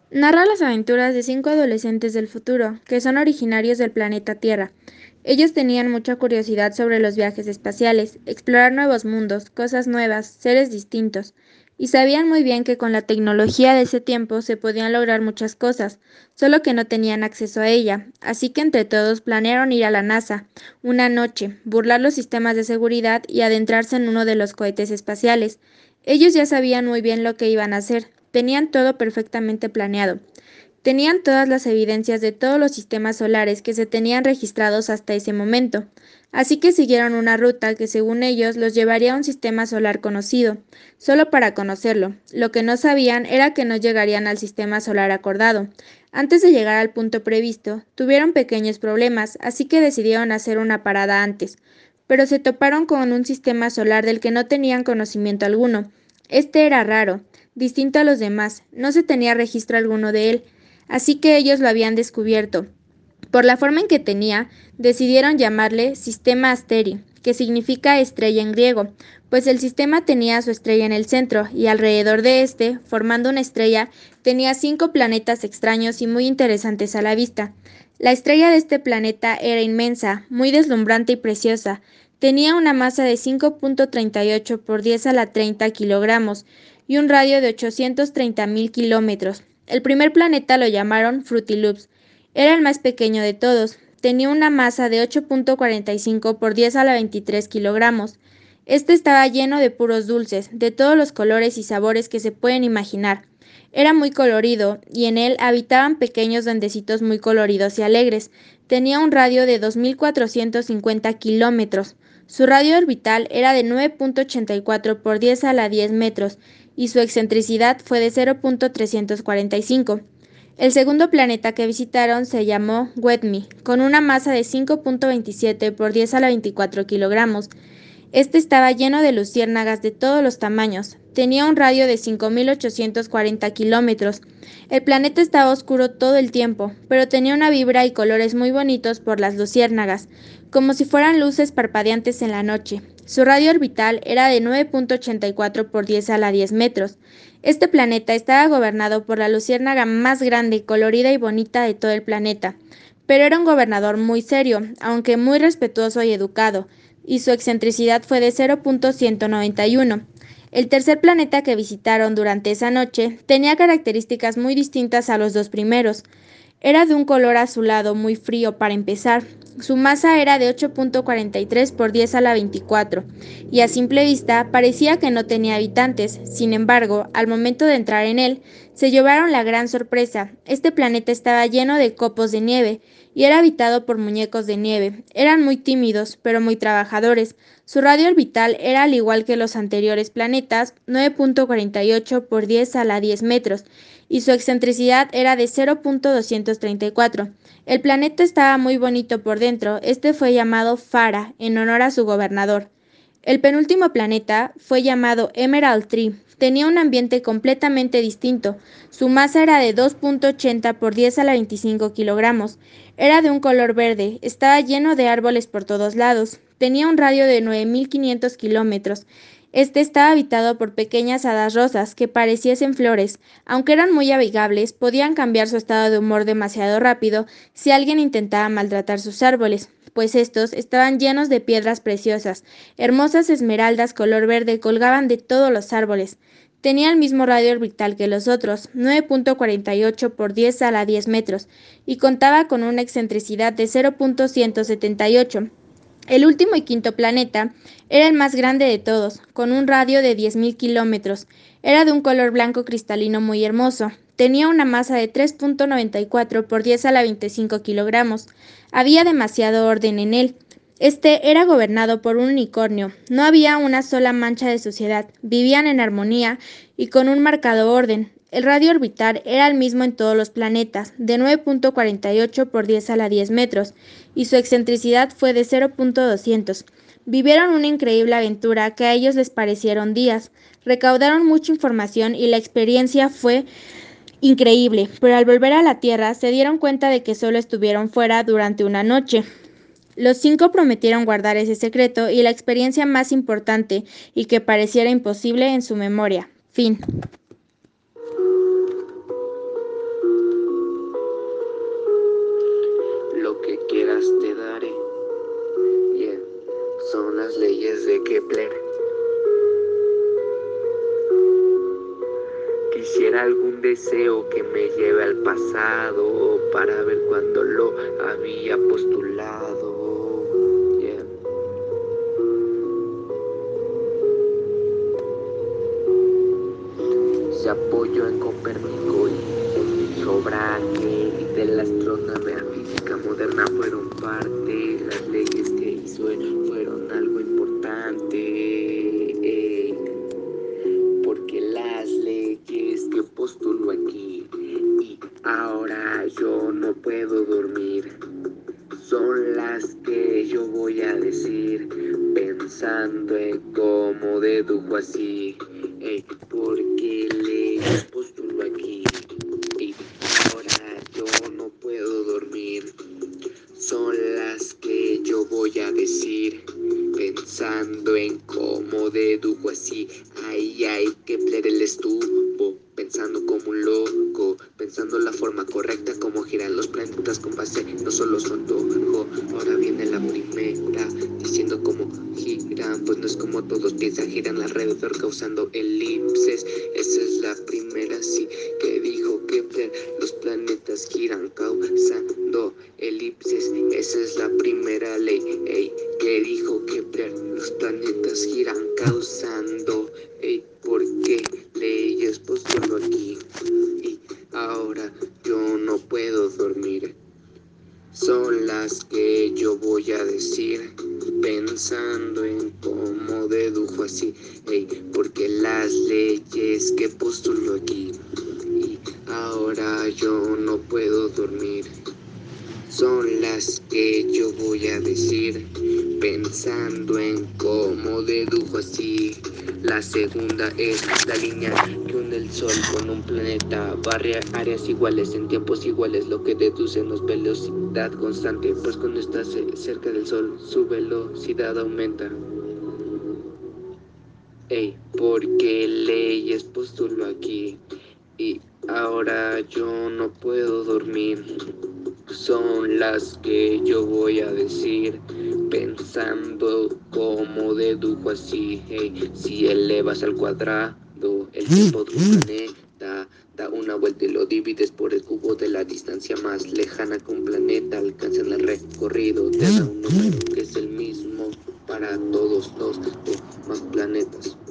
Narra las aventuras de 5 adolescentes del futuro, que son originarios del planeta Tierra. Ellos tenían mucha curiosidad sobre los viajes espaciales, explorar nuevos mundos, cosas nuevas, seres distintos, y sabían muy bien que con la tecnología de ese tiempo se podían lograr muchas cosas, solo que no tenían acceso a ella, así que entre todos planearon ir a la NASA, una noche, burlar los sistemas de seguridad y adentrarse en uno de los cohetes espaciales. Ellos ya sabían muy bien lo que iban a hacer, tenían todo perfectamente planeado. Tenían todas las evidencias de todos los sistemas solares que se tenían registrados hasta ese momento, así que siguieron una ruta que según ellos los llevaría a un sistema solar conocido, solo para conocerlo. Lo que no sabían era que no llegarían al sistema solar acordado. Antes de llegar al punto previsto, tuvieron pequeños problemas, así que decidieron hacer una parada antes, pero se toparon con un sistema solar del que no tenían conocimiento alguno. Este era raro, distinto a los demás, no se tenía registro alguno de él, así que ellos lo habían descubierto. Por la forma en que tenía, decidieron llamarle Sistema Asteri, que significa estrella en griego, pues el sistema tenía su estrella en el centro y alrededor de este, formando una estrella, tenía 5 planetas extraños y muy interesantes a la vista. La estrella de este planeta era inmensa, muy deslumbrante y preciosa. Tenía una masa de 5.38 por 10 a la 30 kilogramos y un radio de 830.000 kilómetros. El primer planeta lo llamaron Frutilupes. Era el más pequeño de todos. Tenía una masa de 8.45 por 10 a la 23 kilogramos. Este estaba lleno de puros dulces, de todos los colores y sabores que se pueden imaginar. Era muy colorido, y en él habitaban pequeños duendecitos muy coloridos y alegres. Tenía un radio de 2.450 kilómetros. Su radio orbital era de 9.84 por 10 a la 10 metros, y su excentricidad fue de 0.345. El segundo planeta que visitaron se llamó Wetmi, con una masa de 5.27 por 10 a la 24 kilogramos. Este estaba lleno de luciérnagas de todos los tamaños. Tenía un radio de 5.840 kilómetros. El planeta estaba oscuro todo el tiempo, pero tenía una vibra y colores muy bonitos por las luciérnagas, como si fueran luces parpadeantes en la noche. Su radio orbital era de 9.84 por 10 a la 10 metros. Este planeta estaba gobernado por la luciérnaga más grande, colorida y bonita de todo el planeta, pero era un gobernador muy serio, aunque muy respetuoso y educado, y su excentricidad fue de 0.191. El tercer planeta que visitaron durante esa noche tenía características muy distintas a los dos primeros. Era de un color azulado muy frío para empezar. Su masa era de 8.43 por 10 a la 24 y a simple vista parecía que no tenía habitantes. Sin embargo, al momento de entrar en él, se llevaron la gran sorpresa. Este planeta estaba lleno de copos de nieve y era habitado por muñecos de nieve. Eran muy tímidos, pero muy trabajadores. Su radio orbital era al igual que los anteriores planetas, 9.48 por 10 a la 10 metros, y su excentricidad era de 0.234. El planeta estaba muy bonito por dentro. Este fue llamado Fara, en honor a su gobernador. El penúltimo planeta fue llamado Emerald Tree. Tenía un ambiente completamente distinto. Su masa era de 2.80 por 10 a la 25 kilogramos. Era de un color verde. Estaba lleno de árboles por todos lados. Tenía un radio de 9.500 kilómetros. Este estaba habitado por pequeñas hadas rosas que pareciesen flores. Aunque eran muy amigables, podían cambiar su estado de humor demasiado rápido si alguien intentaba maltratar sus árboles, pues estos estaban llenos de piedras preciosas. Hermosas esmeraldas color verde colgaban de todos los árboles. Tenía el mismo radio orbital que los otros, 9.48 por 10 a la 10 metros, y contaba con una excentricidad de 0.178. El último y quinto planeta era el más grande de todos, con un radio de 10.000 kilómetros. Era de un color blanco cristalino muy hermoso. Tenía una masa de 3.94 por 10 a la 25 kilogramos. Había demasiado orden en él. Este era gobernado por un unicornio. No había una sola mancha de suciedad. Vivían en armonía y con un marcado orden. El radio orbital era el mismo en todos los planetas, de 9.48 por 10 a la 10 metros, y su excentricidad fue de 0.200. Vivieron una increíble aventura que a ellos les parecieron días. Recaudaron mucha información y la experiencia fue increíble, pero al volver a la Tierra se dieron cuenta de que solo estuvieron fuera durante una noche. Los 5 prometieron guardar ese secreto y la experiencia más importante y que pareciera imposible en su memoria. Fin. algún deseo que me lleve al pasado para ver cuando lo había postulado. Yeah. Se apoyó en Copérnico y en Schobracker, y de la astronave a física moderna fueron parte. Las leyes que hizo él fueron algo importante, porque las leyes que postuló aquí y ahora yo no puedo dormir son las que yo voy a decir, pensando en cómo dedujo así, porque leyes postulo aquí y ahora yo no puedo dormir. Son las que yo voy a decir, pensando en cómo dedujo así. Ay, ay, Kepler él estuvo pensando como un loco, pensando la forma correcta como giran los planetas con base no solo su antojo. Ahora viene la primera diciendo cómo giran, pues no es como todos piensan, giran alrededor causando elipses. Esa es la primera, sí, que dijo Kepler, los planetas giran causando elipses. Esa es la primera ley, que dijo Kepler, los planetas giran causando, ¿por qué leyes postuló aquí? Y ahora yo no puedo dormir. Son las que yo voy a decir, pensando en cómo dedujo así, porque las leyes que postuló aquí y ahora yo no puedo dormir. Son las que yo voy a decir, pensando en cómo dedujo así. La segunda es la línea que une el Sol con un planeta, barre áreas iguales en tiempos iguales, lo que deducemos velocidad constante, pues cuando estás cerca del Sol su velocidad aumenta. Porque leyes postulo aquí y ahora yo no puedo dormir. Son las que yo voy a decir, pensando cómo dedujo así. Si elevas al cuadrado el tiempo de un planeta, da una vuelta y lo divides por el cubo de la distancia más lejana que un planeta alcanza en el recorrido, te da un número que es el mismo para todos los demás planetas.